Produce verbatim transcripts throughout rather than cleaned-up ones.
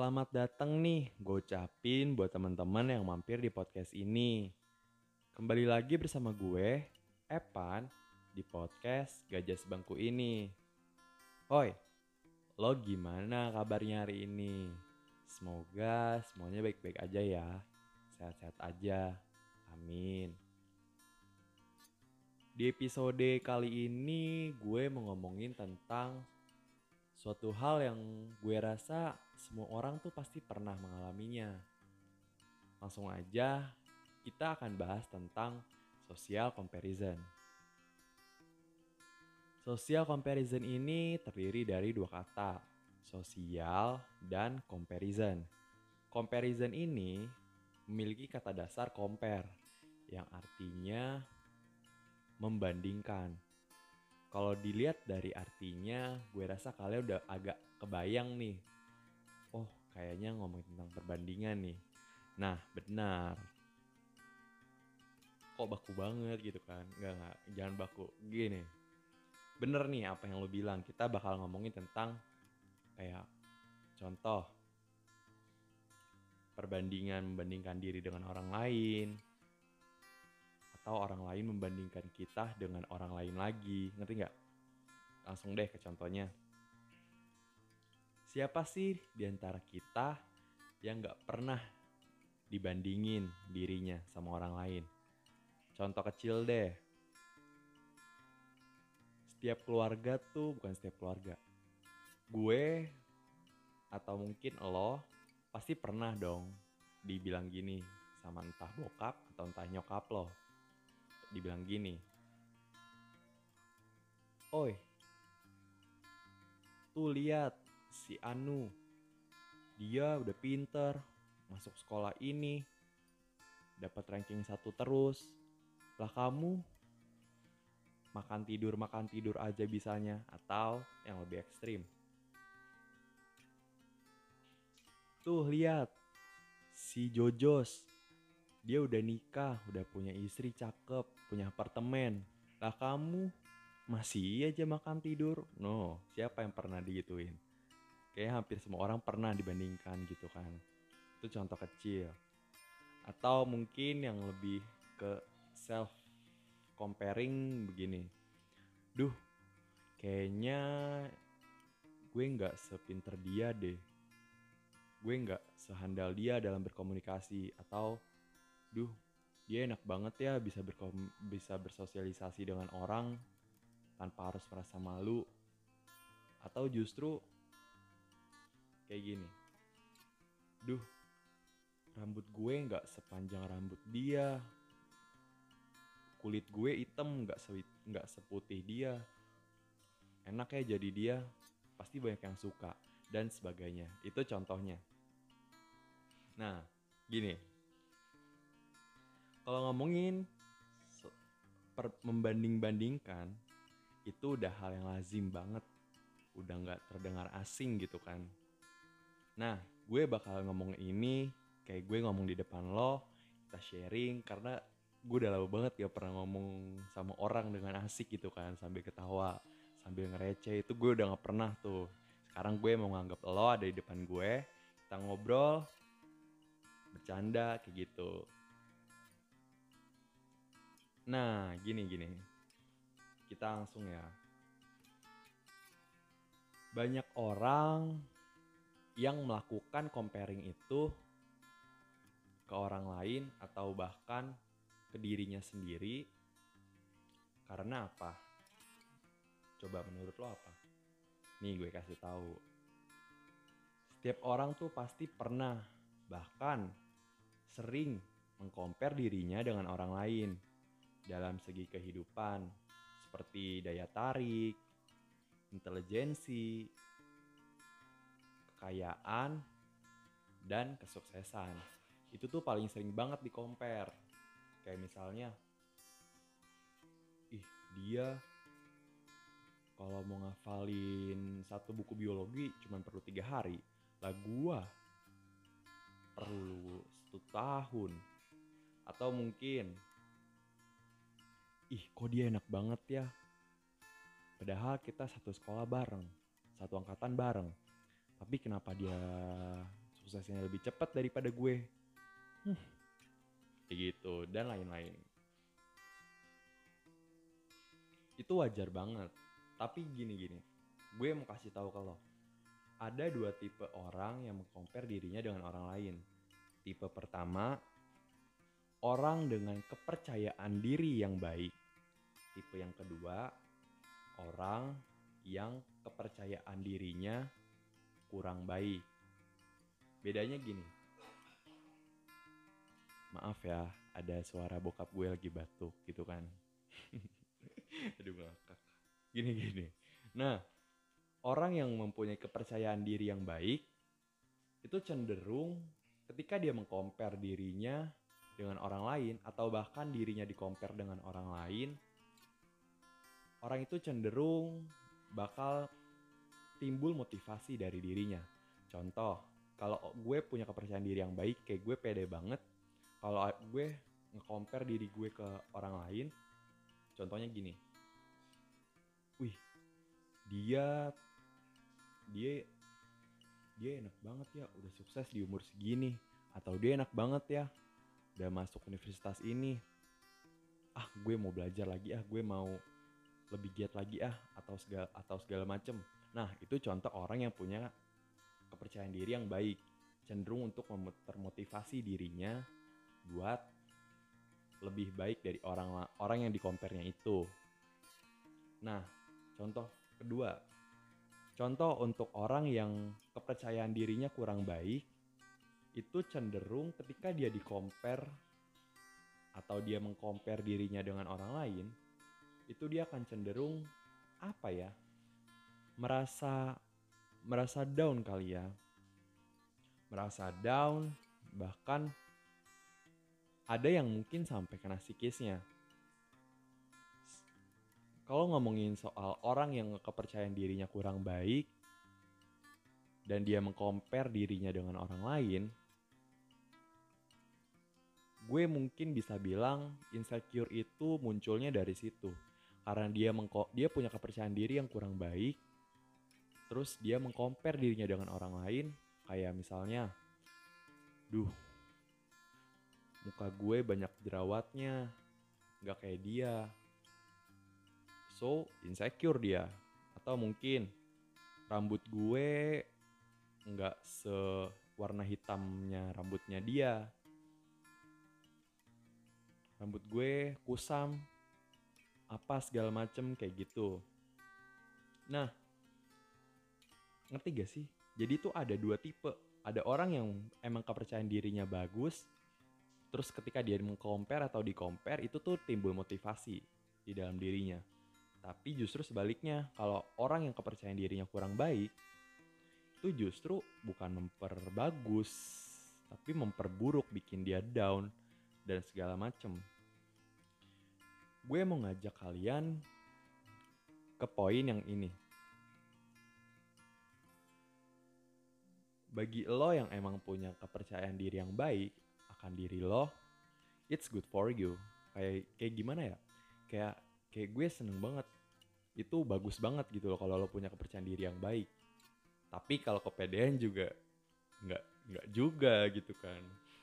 Selamat datang nih, gue ucapin buat teman-teman yang mampir di podcast ini. Kembali lagi bersama gue, Epan, di podcast Gajah Sebangku ini. Hoi, lo gimana kabarnya hari ini? Semoga semuanya baik-baik aja ya, sehat-sehat aja, amin. Di episode kali ini gue mau ngomongin tentang suatu hal yang gue rasa semua orang tuh pasti pernah mengalaminya. Langsung aja kita akan bahas tentang social comparison. Social comparison ini terdiri dari dua kata, sosial dan comparison. Comparison ini memiliki kata dasar compare yang artinya membandingkan. Kalau dilihat dari artinya, gue rasa kalian udah agak kebayang nih. Oh, kayaknya ngomongin tentang perbandingan nih. Nah, benar. Kok baku banget gitu kan? Enggak, enggak. Jangan baku. Gini. Bener nih apa yang lo bilang. Kita bakal ngomongin tentang kayak contoh. Perbandingan membandingkan diri dengan orang lain. Atau orang lain membandingkan kita dengan orang lain lagi. Ngerti nggak? Langsung deh ke contohnya. Siapa sih di antara kita yang nggak pernah dibandingin dirinya sama orang lain? Contoh kecil deh. Setiap keluarga tuh, bukan setiap keluarga. Gue atau mungkin lo pasti pernah dong dibilang gini sama entah bokap atau entah nyokap lo. Dibilang gini. Oi, tuh lihat si Anu. Dia udah pinter, masuk sekolah ini, dapat ranking satu terus. Lah kamu makan tidur makan tidur aja bisanya, atau yang lebih ekstrim. Tuh lihat si Jojos, dia udah nikah, udah punya istri cakep, punya apartemen. Lah kamu masih aja makan tidur. No, siapa yang pernah digituin? Kayaknya hampir semua orang pernah dibandingkan gitu kan. Itu contoh kecil. Atau mungkin yang lebih ke self comparing begini. Duh, kayaknya gue gak sepinter dia deh. Gue gak sehandal dia dalam berkomunikasi. Atau, duh, dia enak banget ya bisa, berkom- bisa bersosialisasi dengan orang tanpa harus merasa malu. Atau justru kayak gini. Duh, rambut gue gak sepanjang rambut dia. Kulit gue hitam gak, se- gak seputih dia. Enak ya jadi dia, pasti banyak yang suka. Dan sebagainya. Itu contohnya. Nah, gini. Kalau ngomongin per- membanding-bandingkan, itu udah hal yang lazim banget. Udah gak terdengar asing gitu kan. Nah, gue bakal ngomong ini kayak gue ngomong di depan lo, kita sharing, karena gue udah lama banget gak pernah ngomong sama orang dengan asik gitu kan, sambil ketawa, sambil ngereceh. Itu gue udah gak pernah tuh. Sekarang gue mau nganggap lo ada di depan gue, kita ngobrol, bercanda kayak gitu. Nah, gini-gini. Kita langsung ya. Banyak orang yang melakukan comparing itu ke orang lain atau bahkan ke dirinya sendiri. Karena apa? Coba menurut lo apa? Nih gue kasih tahu. Setiap orang tuh pasti pernah, bahkan sering mengcompare dirinya dengan orang lain dalam segi kehidupan, seperti daya tarik, intelijensi, kekayaan, dan kesuksesan. Itu tuh paling sering banget di compare. Kayak misalnya, ih dia kalau mau ngafalin satu buku biologi cuma perlu tiga hari. Lah gua perlu satu tahun. Atau mungkin, ih kok dia enak banget ya. Padahal kita satu sekolah bareng, satu angkatan bareng. Tapi kenapa dia suksesnya lebih cepat daripada gue. Hmm, kayak gitu dan lain-lain. Itu wajar banget. Tapi gini-gini, gue mau kasih tahu ke lo. Ada dua tipe orang yang mengcompare dirinya dengan orang lain. Tipe pertama, orang dengan kepercayaan diri yang baik. Tipe yang kedua, orang yang kepercayaan dirinya kurang baik. Bedanya gini. Maaf ya, ada suara bokap gue lagi batuk gitu kan. Aduh ngakak. Gini-gini. Nah, orang yang mempunyai kepercayaan diri yang baik itu cenderung ketika dia mengcompare dirinya dengan orang lain atau bahkan dirinya di-compare dengan orang lain, orang itu cenderung bakal timbul motivasi dari dirinya. Contoh, kalau gue punya kepercayaan diri yang baik, kayak gue pede banget, kalau gue nge-compare diri gue ke orang lain, contohnya gini, wih, dia dia dia enak banget ya udah sukses di umur segini, atau dia enak banget ya udah masuk universitas ini, ah gue mau belajar lagi ah, gue mau lebih giat lagi ah, atau segala atau segala macem. Nah itu contoh orang yang punya kepercayaan diri yang baik, cenderung untuk termotivasi dirinya buat lebih baik dari orang orang yang di-compare-nya itu. Nah contoh kedua, contoh untuk orang yang kepercayaan dirinya kurang baik, itu cenderung ketika dia di-compare atau dia meng-compare dirinya dengan orang lain, itu dia akan cenderung apa ya? Merasa merasa down kali ya. Merasa down, bahkan ada yang mungkin sampai kena psikisnya. Kalau ngomongin soal orang yang kepercayaan dirinya kurang baik dan dia meng-compare dirinya dengan orang lain, gue mungkin bisa bilang insecure itu munculnya dari situ. Karena dia mengko- dia punya kepercayaan diri yang kurang baik, terus dia meng-compare dirinya dengan orang lain, kayak misalnya, duh, muka gue banyak jerawatnya, gak kayak dia. So, insecure dia. Atau mungkin rambut gue gak sewarna hitamnya rambutnya dia. Rambut gue kusam, apa segala macem kayak gitu. Nah, ngerti gak sih? Jadi tuh ada dua tipe. Ada orang yang emang kepercayaan dirinya bagus, terus ketika dia meng-compare atau di-compare, itu tuh timbul motivasi di dalam dirinya. Tapi justru sebaliknya, kalau orang yang kepercayaan dirinya kurang baik, itu justru bukan memperbagus, tapi memperburuk, bikin dia down, dan segala macem. Gue mau ngajak kalian ke poin yang ini. Bagi lo yang emang punya kepercayaan diri yang baik akan diri lo, it's good for you. Kayak kayak gimana ya? Kayak kayak gue seneng banget. Itu bagus banget gitu loh kalau lo punya kepercayaan diri yang baik. Tapi kalau kepedean juga nggak nggak juga gitu kan.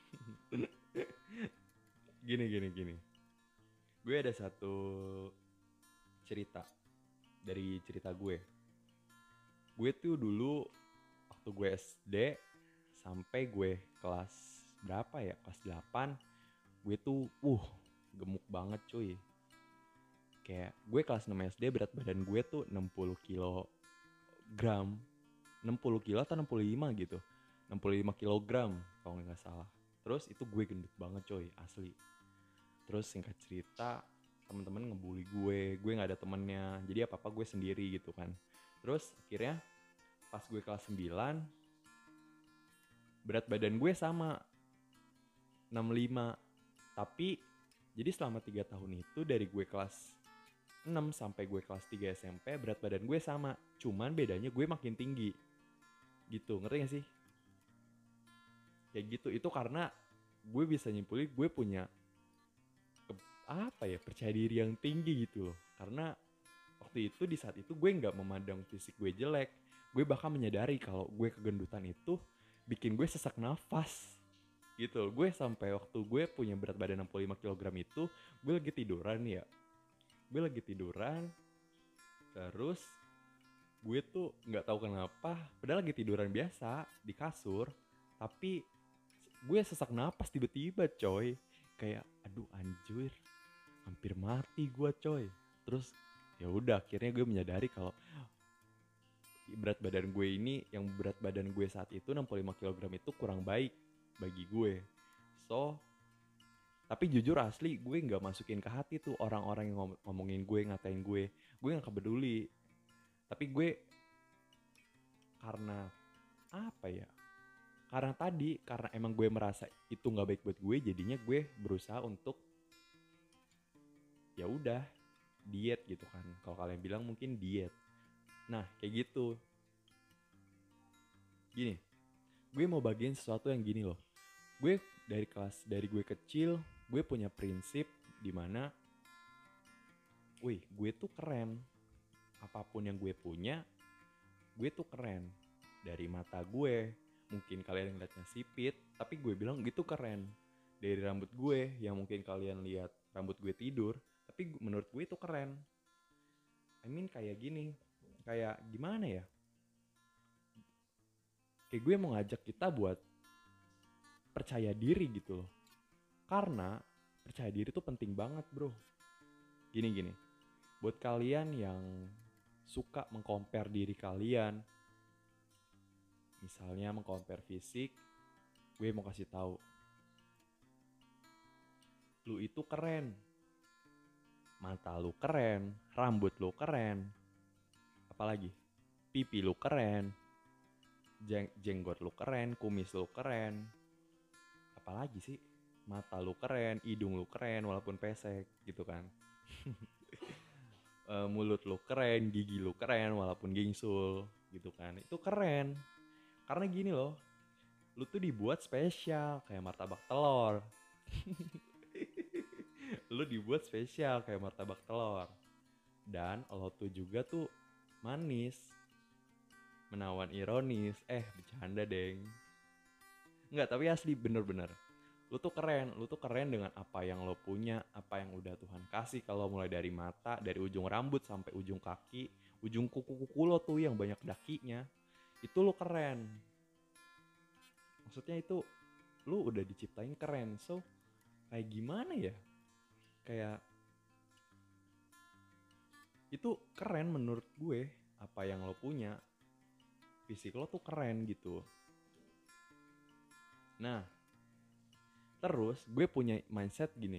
Gini gini gini. Gue ada satu cerita dari cerita gue. Gue tuh dulu waktu gue S D sampai gue kelas berapa ya? Kelas delapan, gue tuh uh gemuk banget cuy. Kayak gue kelas enam S D berat badan gue tuh enam puluh kilogram. enam puluh kilo atau enam puluh lima gitu. enam puluh lima kilogram kalau nggak salah. Terus itu gue gendut banget coy, asli. Terus singkat cerita, teman-teman ngebully gue, gue nggak ada temennya, jadi apa apa gue sendiri gitu kan. Terus akhirnya pas gue kelas sembilan, berat badan gue sama enam puluh lima. Tapi jadi selama tiga tahun itu dari gue kelas enam sampai gue kelas tiga S M P, berat badan gue sama, cuman bedanya gue makin tinggi. Gitu, ngerti gak sih? Kayak gitu, itu karena gue bisa nyimpulin gue punya ke, apa ya, percaya diri yang tinggi gitu loh. Karena waktu itu, di saat itu gue gak memandang fisik gue jelek. Gue bahkan menyadari kalau gue kegendutan itu bikin gue sesak nafas gitu. Gue sampai waktu gue punya berat badan enam puluh lima kilogram itu, gue lagi tiduran ya. Gue lagi tiduran, terus gue tuh nggak tahu kenapa, padahal lagi tiduran biasa di kasur, tapi gue sesak napas tiba-tiba coy. Kayak aduh anjir, hampir mati gue coy. Terus ya udah akhirnya gue menyadari kalau berat badan gue ini, yang berat badan gue saat itu enam puluh lima kilogram itu kurang baik bagi gue. So, tapi jujur asli gue nggak masukin ke hati tuh orang-orang yang ngom- ngomongin gue, ngatain gue. Gue nggak peduli. Tapi gue karena apa ya? Karena tadi, karena emang gue merasa itu nggak baik buat gue, jadinya gue berusaha untuk ya udah diet gitu kan. Kalau kalian bilang mungkin diet. Nah kayak gitu. Gini, gue mau bagiin sesuatu yang gini loh. Gue dari kelas, dari gue kecil, gue punya prinsip dimana, wih gue tuh keren. Apapun yang gue punya, gue tuh keren. Dari mata gue, mungkin kalian ngeliatnya sipit, tapi gue bilang gitu keren. Dari rambut gue, yang mungkin kalian lihat rambut gue tidur, tapi menurut gue itu keren. I mean kayak gini, kayak gimana ya? Kayak gue mau ngajak kita buat percaya diri gitu loh. Karena percaya diri tuh penting banget bro. Gini-gini, buat kalian yang suka mengcompare diri kalian, misalnya mengcompare fisik, gue mau kasih tahu, lu itu keren. Mata lu keren, rambut lu keren, apalagi pipi lu keren, jeng- jenggot lu keren, kumis lu keren, apalagi sih, mata lu keren, hidung lu keren walaupun pesek gitu kan. E, mulut lu keren, gigi lu keren walaupun gingsul gitu kan. Itu keren. Karena gini loh, lu tuh dibuat spesial kayak martabak telur. Lu dibuat spesial kayak martabak telur. Dan lo tuh juga tuh manis, menawan ironis. Eh bercanda deng. Enggak, tapi asli bener-bener, lu tuh keren. Lu tuh keren dengan apa yang lo punya, apa yang udah Tuhan kasih. Kalau mulai dari mata, dari ujung rambut sampai ujung kaki, ujung kuku-kuku lo tuh yang banyak dakinya, itu lo keren. Maksudnya itu lu udah diciptain keren. So kayak gimana ya, kayak itu keren menurut gue. Apa yang lo punya, fisik lo tuh keren gitu. Nah terus gue punya mindset gini,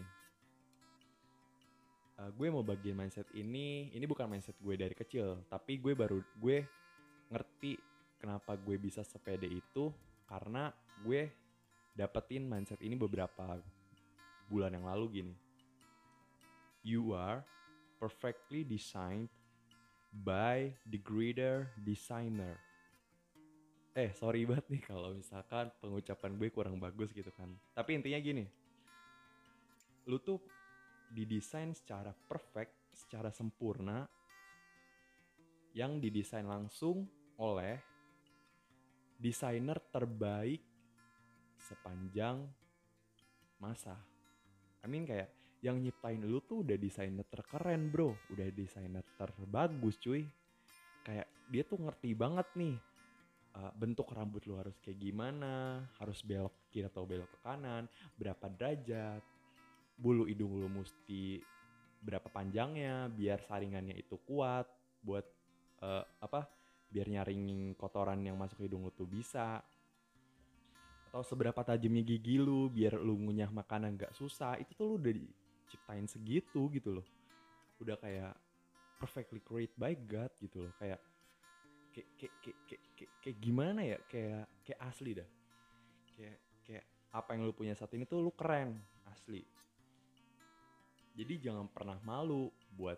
uh, gue mau bagian mindset ini. Ini bukan mindset gue dari kecil, tapi gue baru gue ngerti kenapa gue bisa sepede itu, karena gue dapetin mindset ini beberapa bulan yang lalu. Gini, you are perfectly designed by the greater designer. Eh sorry banget nih kalau misalkan pengucapan gue kurang bagus gitu kan. Tapi intinya gini, lu tuh didesain secara perfect, secara sempurna, yang didesain langsung oleh desainer terbaik sepanjang masa. I mean kayak yang nyiptain lu tuh udah desainer terkeren bro, udah desainer terbagus cuy. Kayak dia tuh ngerti banget nih, uh, bentuk rambut lu harus kayak gimana, harus belok ke kiri atau belok ke kanan, berapa derajat, bulu hidung lu mesti berapa panjangnya biar saringannya itu kuat buat uh, apa biar nyaring kotoran yang masuk hidung lu tuh bisa, atau seberapa tajamnya gigi lu biar lu ngunyah makanan gak susah. Itu tuh lu udah diciptain segitu gitu loh, udah kayak perfectly created by God gitu loh. Kayak kayak kayak kayak, kayak, kayak, kayak gimana ya, kayak kayak asli dah, kayak kayak apa yang lu punya saat ini tuh lu keren asli. Jadi jangan pernah malu buat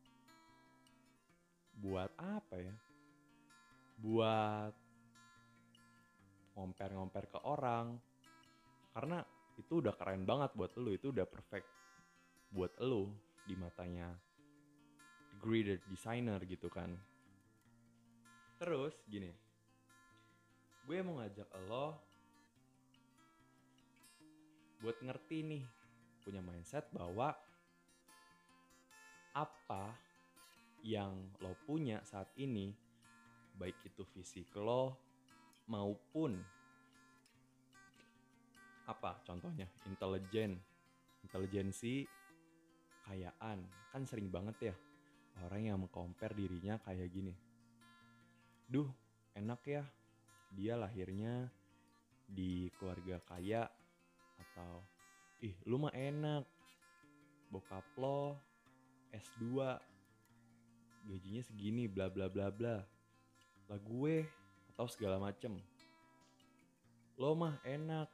buat apa ya, buat ngomper-ngomper ke orang, karena itu udah keren banget buat lu, itu udah perfect buat lu di matanya greater designer gitu kan. Terus gini, Gue mau ngajak lo buat ngerti nih, punya mindset bahwa apa yang lo punya saat ini, baik itu fisik lo maupun apa contohnya, intelijen, intelijensi, kekayaan. Kan sering banget ya orang yang mengcompare dirinya kayak gini. Duh, enak ya dia lahirnya di keluarga kaya, atau ih lu mah enak, bokap lo S dua gajinya segini bla bla bla bla. Lah gue atau segala macem. Lo mah enak,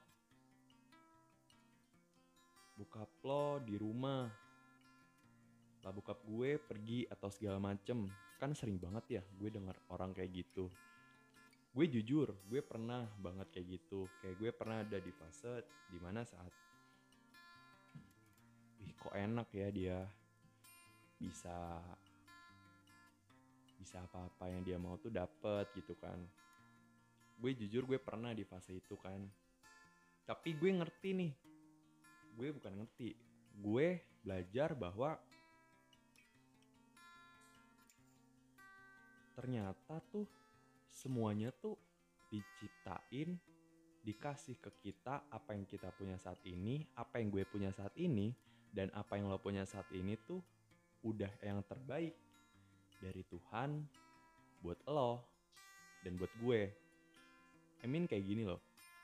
bokap lo di rumah, lah bokap gue pergi atau segala macem. Kan sering banget ya gue denger orang kayak gitu. Gue jujur, gue pernah banget kayak gitu. Kayak gue pernah ada di fase dimana saat ih kok enak ya dia bisa bisa apa-apa yang dia mau tuh dapet gitu kan. Gue jujur gue pernah di fase itu kan. Tapi gue ngerti nih, gue bukan ngerti, gue belajar bahwa ternyata tuh semuanya tuh diciptain, dikasih ke kita apa yang kita punya saat ini, apa yang gue punya saat ini, dan apa yang lo punya saat ini tuh udah yang terbaik dari Tuhan buat lo dan buat gue. I mean kayak gini loh.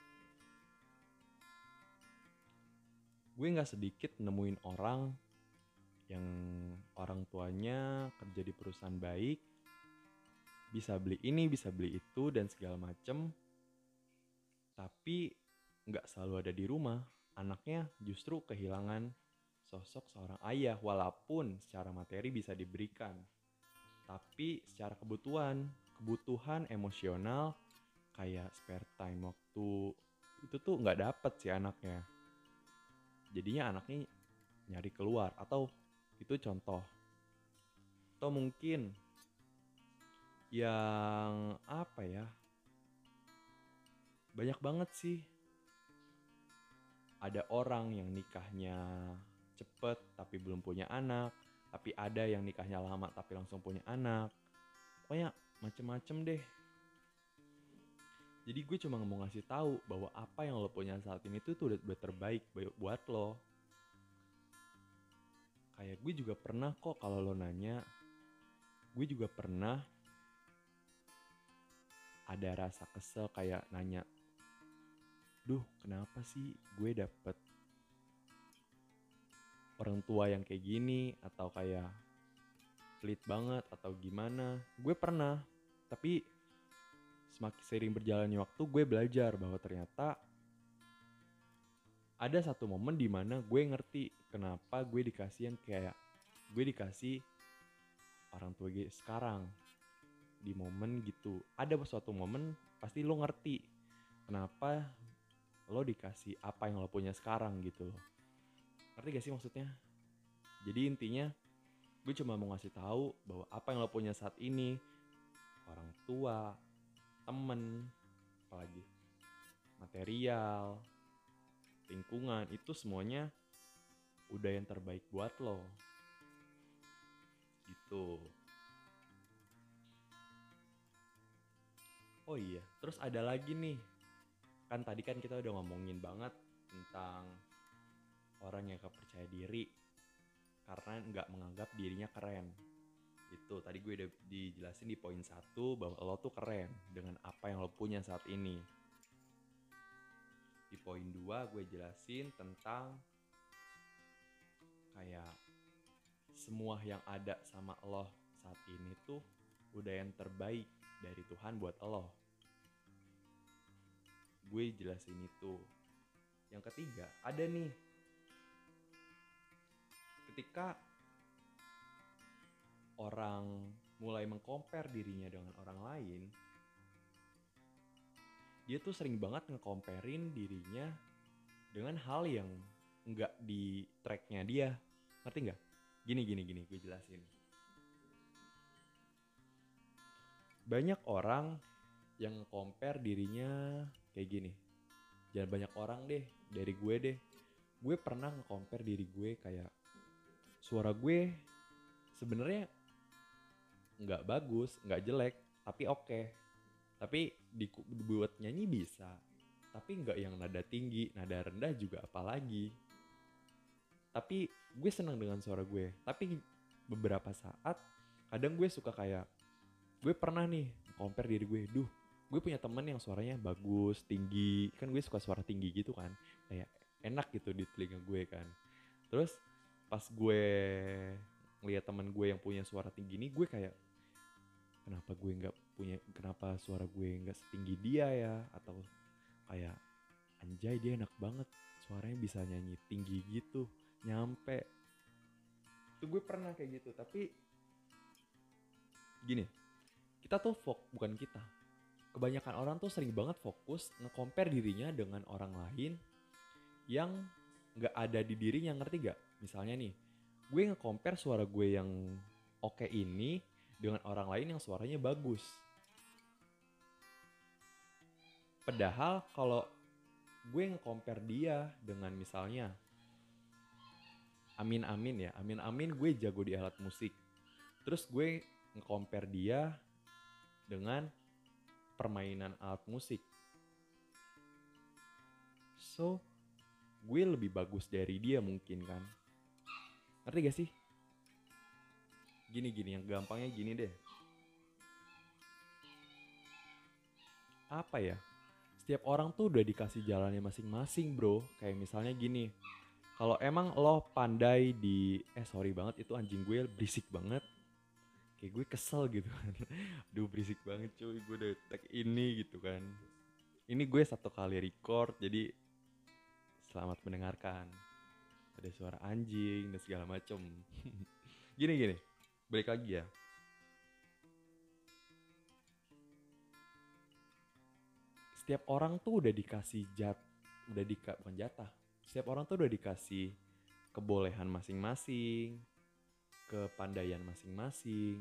Gue gak sedikit nemuin orang yang orang tuanya kerja di perusahaan baik, bisa beli ini, bisa beli itu, dan segala macem. Tapi gak selalu ada di rumah. Anaknya justru kehilangan sosok seorang ayah, walaupun secara materi bisa diberikan. Tapi secara kebutuhan, kebutuhan emosional, kayak spare time waktu, itu tuh gak dapet si anaknya. Jadinya anaknya nyari keluar, atau itu contoh. Atau mungkin yang apa ya, banyak banget sih. Ada orang yang nikahnya cepet tapi belum punya anak, tapi ada yang nikahnya lama tapi langsung punya anak. Pokoknya macem-macem deh. Jadi gue cuma mau ngasih tahu bahwa apa yang lo punya saat ini tuh, tuh udah terbaik buat lo. Kayak gue juga pernah kok, kalau lo nanya, gue juga pernah ada rasa kesel kayak nanya, duh kenapa sih gue dapet orang tua yang kayak gini, atau kayak pelit banget atau gimana. Gue pernah, tapi semakin sering berjalannya waktu gue belajar bahwa ternyata ada satu momen di mana gue ngerti kenapa gue dikasih yang kayak gue dikasih orang tua gue sekarang. Di momen gitu, ada suatu momen pasti lo ngerti kenapa lo dikasih apa yang lo punya sekarang gitu loh. Ngerti gak sih maksudnya? Jadi intinya gue cuma mau ngasih tahu bahwa apa yang lo punya saat ini, orang tua, temen, apalagi material, lingkungan, itu semuanya udah yang terbaik buat lo. Gitu. Oh iya, terus ada lagi nih. Kan tadi kan kita udah ngomongin banget tentang orang yang gak percaya diri karena gak menganggap dirinya keren. Itu tadi gue udah dijelasin di poin satu bahwa lo tuh keren dengan apa yang lo punya saat ini. Di poin dua gue jelasin tentang kayak semua yang ada sama lo saat ini tuh udah yang terbaik dari Tuhan buat lo. Gue jelasin itu. Yang ketiga, ada nih, ketika orang mulai mengcompare dirinya dengan orang lain, dia tuh sering banget nge-comparein dirinya dengan hal yang nggak di tracknya dia. Ngerti nggak? Gini gini gini, gue jelasin. Banyak orang yang compare dirinya kayak gini. Jangan banyak orang deh, dari gue deh. Gue pernah nge-compare diri gue kayak suara gue sebenarnya nggak bagus, nggak jelek, tapi oke. Tapi dibuat nyanyi bisa, tapi nggak yang nada tinggi, nada rendah juga apalagi. Tapi gue senang dengan suara gue. Tapi beberapa saat, kadang gue suka kayak, gue pernah nih compare diri gue, duh, gue punya temen yang suaranya bagus, tinggi, kan gue suka suara tinggi gitu kan, kayak enak gitu di telinga gue kan. Terus pas gue ngeliat temen gue yang punya suara tinggi ini, gue kayak, kenapa gue nggak punya, kenapa suara gue nggak setinggi dia ya, atau kayak anjay dia enak banget suaranya bisa nyanyi tinggi gitu, nyampe. Itu gue pernah kayak gitu. Tapi gini, kita tuh fok bukan kita. Kebanyakan orang tuh sering banget fokus nge-compare dirinya dengan orang lain yang nggak ada di dirinya, ngerti gak? Misalnya nih, gue nge-compare suara gue yang oke ini dengan orang lain yang suaranya bagus. Padahal kalau gue nge-compare dia dengan misalnya Amin Amin ya, Amin Amin gue jago di alat musik. Terus gue nge-compare dia dengan permainan alat musik. So, gue lebih bagus dari dia mungkin kan. Ngerti gak sih? Gini-gini, yang gampangnya gini deh. Apa ya? Setiap orang tuh udah dikasih jalannya masing-masing bro. Kayak misalnya gini, kalau emang lo pandai di, eh sorry banget itu anjing gue berisik banget. Kayak gue kesel gitu kan. Duh berisik banget cuy, gue udah tag ini gitu kan. Ini gue satu kali record, jadi selamat mendengarkan. Ada suara anjing dan segala macem. Gini-gini, balik lagi ya. Setiap orang tuh udah dikasih jat, udah dika, bukan jatah. Setiap orang tuh udah dikasih kebolehan masing-masing, kepandaian masing-masing,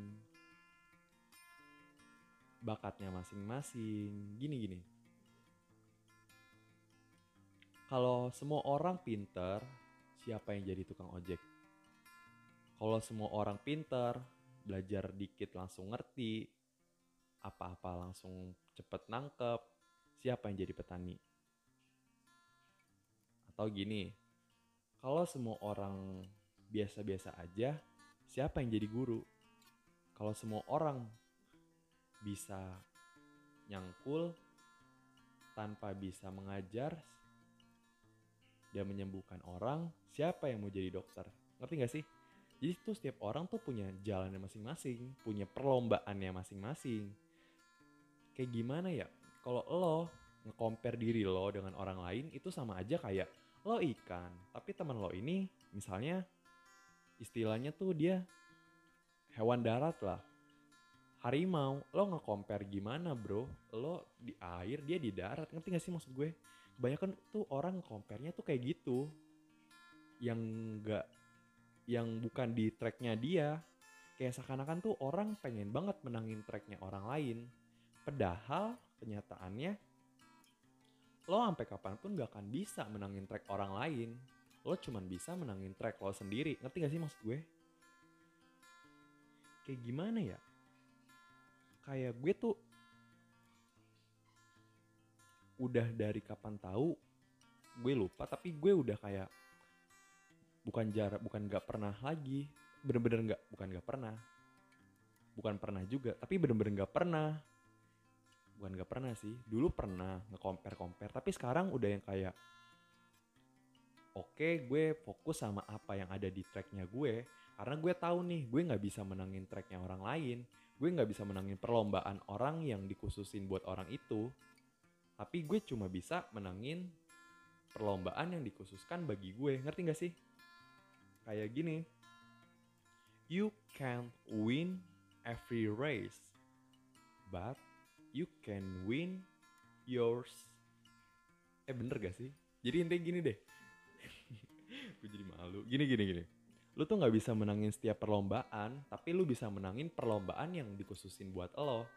bakatnya masing-masing. Gini-gini. Kalau semua orang pinter, siapa yang jadi tukang ojek? Kalau semua orang pinter, belajar dikit langsung ngerti, apa-apa langsung cepet nangkep, siapa yang jadi petani? Atau gini, kalau semua orang biasa-biasa aja, siapa yang jadi guru? Kalau semua orang bisa nyangkul tanpa bisa mengajar dan menyembuhkan orang, siapa yang mau jadi dokter? Ngerti gak sih? Jadi tuh setiap orang tuh punya jalannya masing-masing, punya perlombaannya masing-masing. Kayak gimana ya? Kalau lo nge-compare diri lo dengan orang lain, itu sama aja kayak lo ikan, tapi teman lo ini misalnya istilahnya tuh dia hewan darat lah. Harimau, lo nge-compare gimana bro? Lo di air, dia di darat, ngerti gak sih maksud gue? Kebanyakan tuh orang nge-compare-nya tuh kayak gitu. Yang gak, yang bukan di tracknya dia. Kayak seakan-akan tuh orang pengen banget menangin tracknya orang lain. Padahal kenyataannya lo sampai kapanpun gak akan bisa menangin track orang lain. Lo cuman bisa menangin track lo sendiri. Ngerti gak sih maksud gue? Kayak gimana ya? Kayak gue tuh udah dari kapan tahu, gue lupa, tapi gue udah kayak bukan jarak, bukan gak pernah lagi, bener-bener gak, bukan gak pernah, bukan pernah juga, tapi bener-bener gak pernah, bukan gak pernah sih, dulu pernah nge-compare-compare, tapi sekarang udah yang kayak, oke okay, gue fokus sama apa yang ada di tracknya gue, karena gue tahu nih, gue gak bisa menangin tracknya orang lain, gue gak bisa menangin perlombaan orang yang dikhususin buat orang itu, tapi gue cuma bisa menangin perlombaan yang dikhususkan bagi gue. Ngerti gak sih? Kayak gini. You can't win every race, but you can win yours. Eh bener gak sih? Jadi intinya gini deh. Gue jadi malu. Gini gini gini. Lu tuh gak bisa menangin setiap perlombaan, tapi lu bisa menangin perlombaan yang dikhususin buat lo.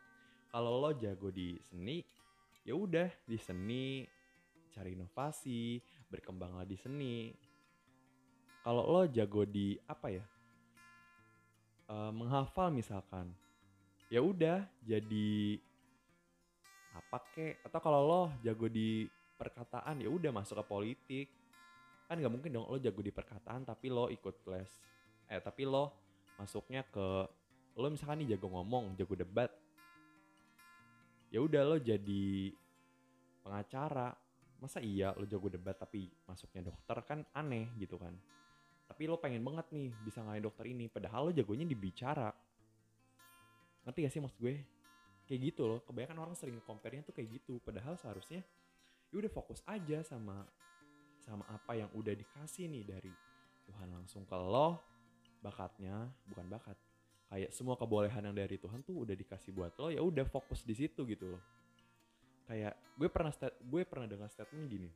Kalau lo jago di seni, ya udah di seni cari inovasi, berkembanglah di seni. Kalau lo jago di apa ya? Eh, menghafal misalkan, ya udah jadi apa kek. Atau kalau lo jago di perkataan, ya udah masuk ke politik. Kan nggak mungkin dong lo jago di perkataan tapi lo ikut les. Eh tapi lo masuknya ke, lo misalkan nih jago ngomong, jago debat, ya udah lo jadi pengacara. Masa iya lo jago debat tapi masuknya dokter, kan aneh gitu kan. Tapi lo pengen banget nih bisa ngalahin dokter ini, padahal lo jagonya di bicara. Ngerti gak sih maksud gue? Kayak gitu loh, kebanyakan orang sering compare-nya tuh kayak gitu. Padahal seharusnya ya udah fokus aja sama sama apa yang udah dikasih nih dari Tuhan langsung ke lo. Bakatnya bukan bakat, kayak semua kebolehan yang dari Tuhan tuh udah dikasih buat lo, ya udah fokus di situ gitu loh. Kayak gue pernah stat- gue pernah dengar statement gini,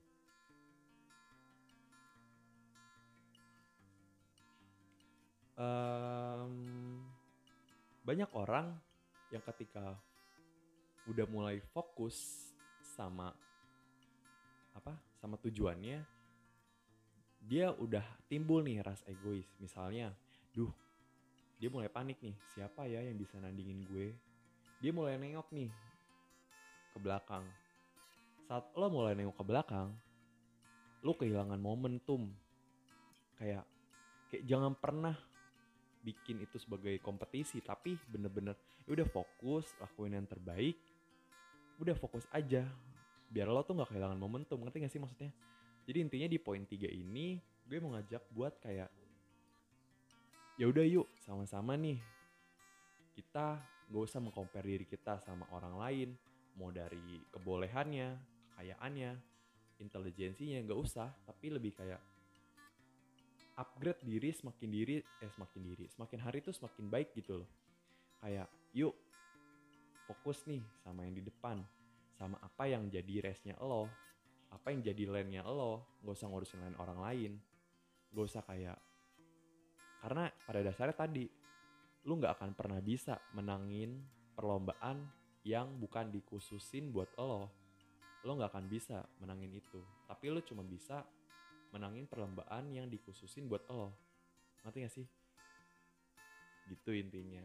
um, banyak orang yang ketika udah mulai fokus sama apa sama tujuannya, dia udah timbul nih rasa egois. Misalnya, duh, dia mulai panik nih, siapa ya yang bisa nandingin gue. Dia mulai nengok nih ke belakang. Saat lo mulai nengok ke belakang, lo kehilangan momentum. Kayak kayak jangan pernah bikin itu sebagai kompetisi, tapi bener-bener ya udah fokus, lakuin yang terbaik. Udah fokus aja, biar lo tuh nggak kehilangan momentum. Ngerti gak sih maksudnya? Jadi intinya di poin tiga ini gue mau ngajak buat kayak, ya udah yuk sama-sama nih kita gak usah mengcompare diri kita sama orang lain, mau dari kebolehannya, kekayaannya, intelijensinya, gak usah. Tapi lebih kayak upgrade diri, semakin diri eh semakin diri semakin hari tuh semakin baik gitu loh. Kayak yuk fokus nih sama yang di depan, sama apa yang jadi race-nya lo, apa yang jadi lane-nya lo. Gak usah ngurusin lane orang lain, gak usah kayak, karena pada dasarnya tadi lu gak akan pernah bisa menangin perlombaan yang bukan dikhususin buat lo. Lo gak akan bisa menangin itu, tapi lo cuma bisa menangin perlombaan yang dikhususin buat lo. Ngerti gak sih? Gitu intinya.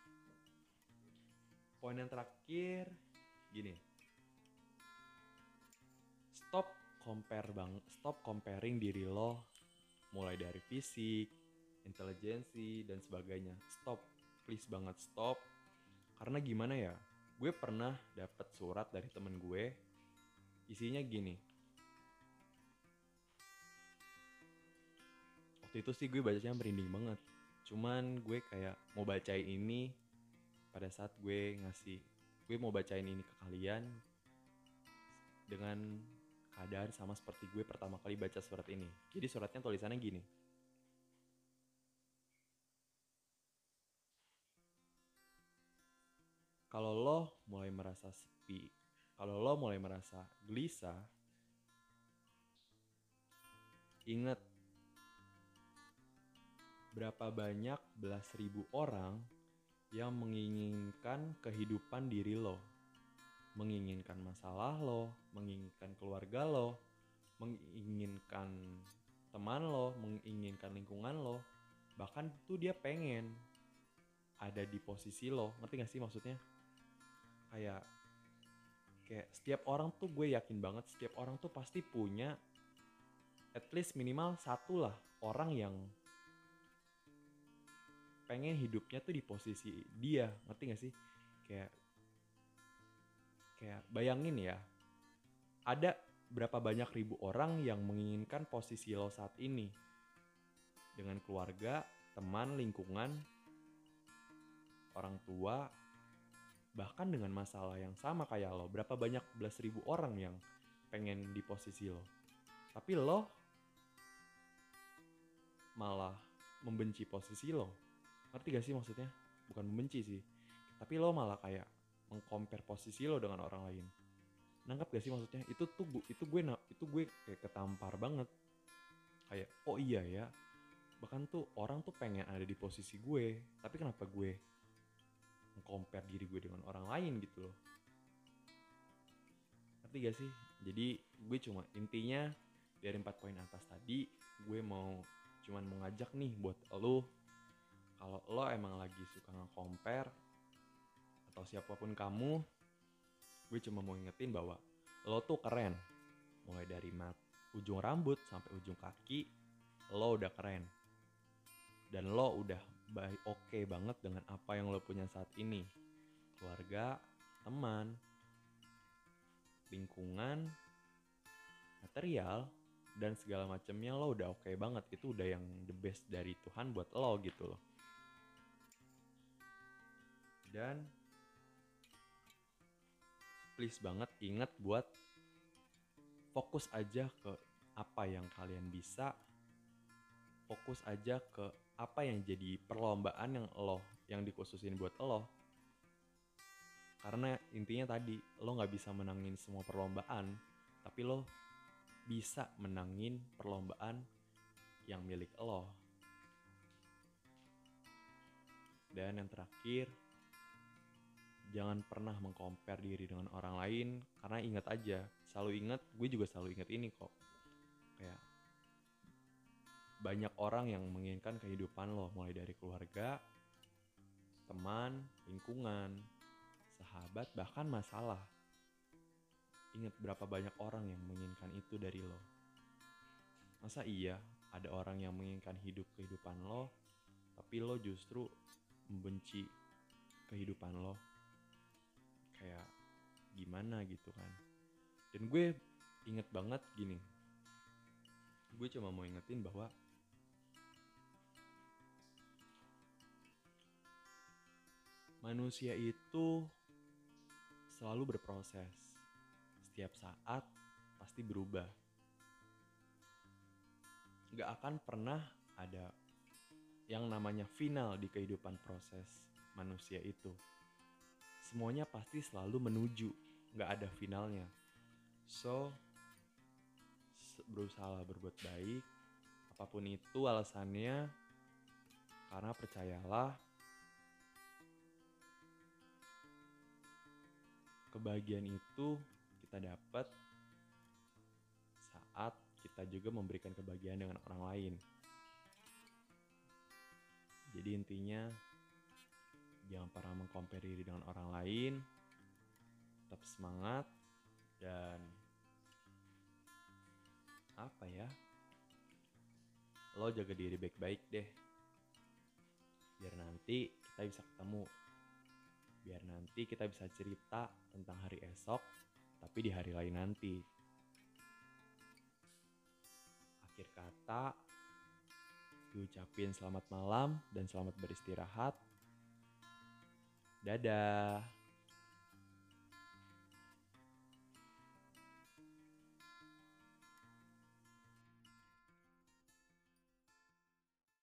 Poin yang terakhir gini, stop compare bang, stop comparing diri lo mulai dari fisik, intelijensi dan sebagainya. Stop, please banget stop. Karena gimana ya, gue pernah dapet surat dari temen gue, isinya gini. Waktu itu sih gue bacanya merinding banget. Cuman gue kayak mau bacain ini pada saat gue ngasih, gue mau bacain ini ke kalian dengan keadaan sama seperti gue pertama kali baca surat ini. Jadi suratnya tulisannya gini. Kalau lo mulai merasa sepi, kalau lo mulai merasa gelisah, ingat berapa banyak belas ribu orang yang menginginkan kehidupan diri lo, menginginkan masalah lo, menginginkan keluarga lo, menginginkan teman lo, menginginkan lingkungan lo. Bahkan tuh dia pengen ada di posisi lo. Ngerti gak sih maksudnya? Kayak kayak setiap orang tuh, gue yakin banget setiap orang tuh pasti punya at least minimal satu lah orang yang pengen hidupnya tuh di posisi dia. Ngerti gak sih? Kayak kayak bayangin ya, ada berapa banyak ribu orang yang menginginkan posisi lo saat ini, dengan keluarga, teman, lingkungan, orang tua, bahkan dengan masalah yang sama kayak lo. Berapa banyak belas ribu orang yang pengen di posisi lo, tapi lo malah membenci posisi lo. Ngerti gak sih maksudnya? Bukan membenci sih, tapi lo malah kayak mengcompare posisi lo dengan orang lain. Nangkap gak sih maksudnya? Itu tuh itu gue itu gue kayak ketampar banget. Kayak oh iya ya, bahkan tuh orang tuh pengen ada di posisi gue, tapi kenapa gue mengcompare diri gue dengan orang lain gitu loh. Ngerti gak sih? Jadi gue cuma intinya dari empat poin atas tadi, gue mau cuman mau ngajak nih buat lo, kalau lo emang lagi suka nge-compare atau siapapun kamu, gue cuma mau ingetin bahwa lo tuh keren. Mulai dari mat, ujung rambut sampai ujung kaki, lo udah keren. Dan lo udah baik oke okay banget dengan apa yang lo punya saat ini. Keluarga, teman, lingkungan, material, dan segala macamnya lo udah oke okay banget. Itu udah yang the best dari Tuhan buat lo gitu loh. Dan please banget ingat buat fokus aja ke apa yang kalian bisa. Fokus aja ke apa yang jadi perlombaan yang lo, yang dikhususin buat lo. Karena intinya tadi, lo gak bisa menangin semua perlombaan, tapi lo bisa menangin perlombaan yang milik lo. Dan yang terakhir, jangan pernah mengcompare diri dengan orang lain. Karena ingat aja, selalu ingat, gue juga selalu ingat ini kok. Kayak banyak orang yang menginginkan kehidupan lo, mulai dari keluarga, teman, lingkungan, sahabat, bahkan masalah. Ingat berapa banyak orang yang menginginkan itu dari lo. Masa iya ada orang yang menginginkan hidup kehidupan lo, tapi lo justru membenci kehidupan lo? Kayak gimana gitu kan. Dan gue inget banget gini, gue cuma mau ingetin bahwa manusia itu selalu berproses. Setiap saat pasti berubah. Gak akan pernah ada yang namanya final di kehidupan proses manusia itu. Semuanya pasti selalu menuju, gak ada finalnya. So, berusaha berbuat baik, apapun itu alasannya, karena percayalah, kebahagiaan itu kita dapat saat kita juga memberikan kebahagiaan dengan orang lain. Jadi intinya, jangan pernah mengcompare diri dengan orang lain, tetap semangat, dan apa ya, lo jaga diri baik-baik deh, biar nanti kita bisa ketemu, biar nanti kita bisa cerita tentang hari esok, tapi di hari lain nanti. Akhir kata, diucapin selamat malam dan selamat beristirahat. Dadah.